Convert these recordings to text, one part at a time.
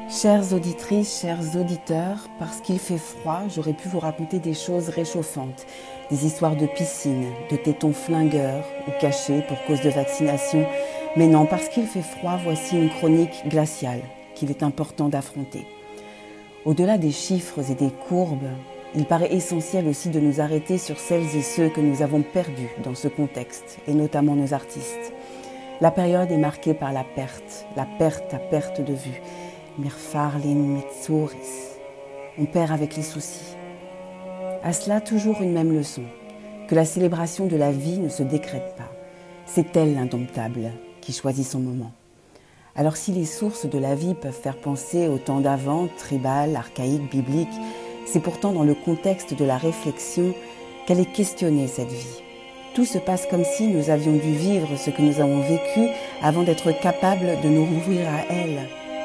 Chères auditrices, chers auditeurs, parce qu'il fait froid, j'aurais pu vous raconter des choses réchauffantes, des histoires de piscine, de tétons flingueurs ou cachés pour cause de vaccination. Mais non, parce qu'il fait froid, voici une chronique glaciale qu'il est important d'affronter. Au-delà des chiffres et des courbes, il paraît essentiel aussi de nous arrêter sur celles et ceux que nous avons perdus dans ce contexte, et notamment nos artistes. La période est marquée par la perte à perte de vue. Mirfarlin Mitsuris. On perd avec les soucis. À cela, toujours une même leçon, que la célébration de la vie ne se décrète pas. C'est elle l'indomptable qui choisit son moment. Alors si les sources de la vie peuvent faire penser au temps d'avant, tribal, archaïque, biblique, c'est pourtant dans le contexte de la réflexion qu'elle est questionnée cette vie. Tout se passe comme si nous avions dû vivre ce que nous avons vécu avant d'être capables de nous rouvrir à elle.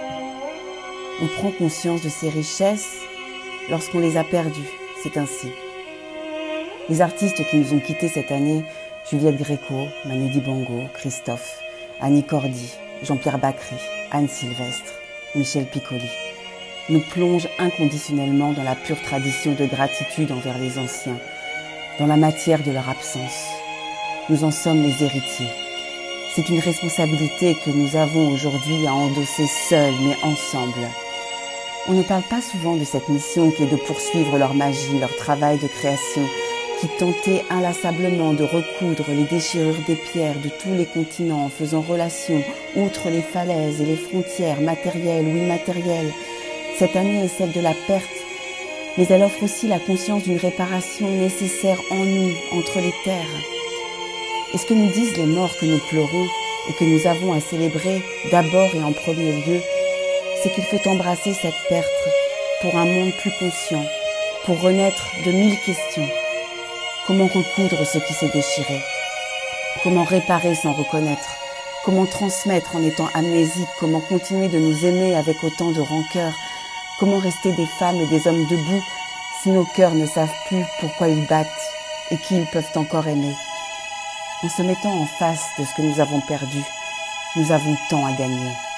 On prend conscience de ses richesses lorsqu'on les a perdues, c'est ainsi. Les artistes qui nous ont quittés cette année, Juliette Gréco, Manu Dibango, Christophe, Annie Cordy, Jean-Pierre Bacry, Anne Sylvestre, Michel Piccoli, nous plongent inconditionnellement dans la pure tradition de gratitude envers les anciens, dans la matière de leur absence. Nous en sommes les héritiers. C'est une responsabilité que nous avons aujourd'hui à endosser seuls mais ensemble. On ne parle pas souvent de cette mission qui est de poursuivre leur magie, leur travail de création, qui tentait inlassablement de recoudre les déchirures des pierres de tous les continents en faisant relation outre les falaises et les frontières matérielles ou immatérielles. Cette année est celle de la perte, mais elle offre aussi la conscience d'une réparation nécessaire en nous, entre les terres. Et ce que nous disent les morts que nous pleurons et que nous avons à célébrer d'abord et en premier lieu, c'est qu'il faut embrasser cette perte pour un monde plus conscient, pour renaître de 1000 questions. Comment recoudre ce qui s'est déchiré? Comment réparer sans reconnaître? Comment transmettre en étant amnésique? Comment continuer de nous aimer avec autant de rancœur? Comment rester des femmes et des hommes debout si nos cœurs ne savent plus pourquoi ils battent et qui ils peuvent encore aimer? En se mettant en face de ce que nous avons perdu, nous avons tant à gagner.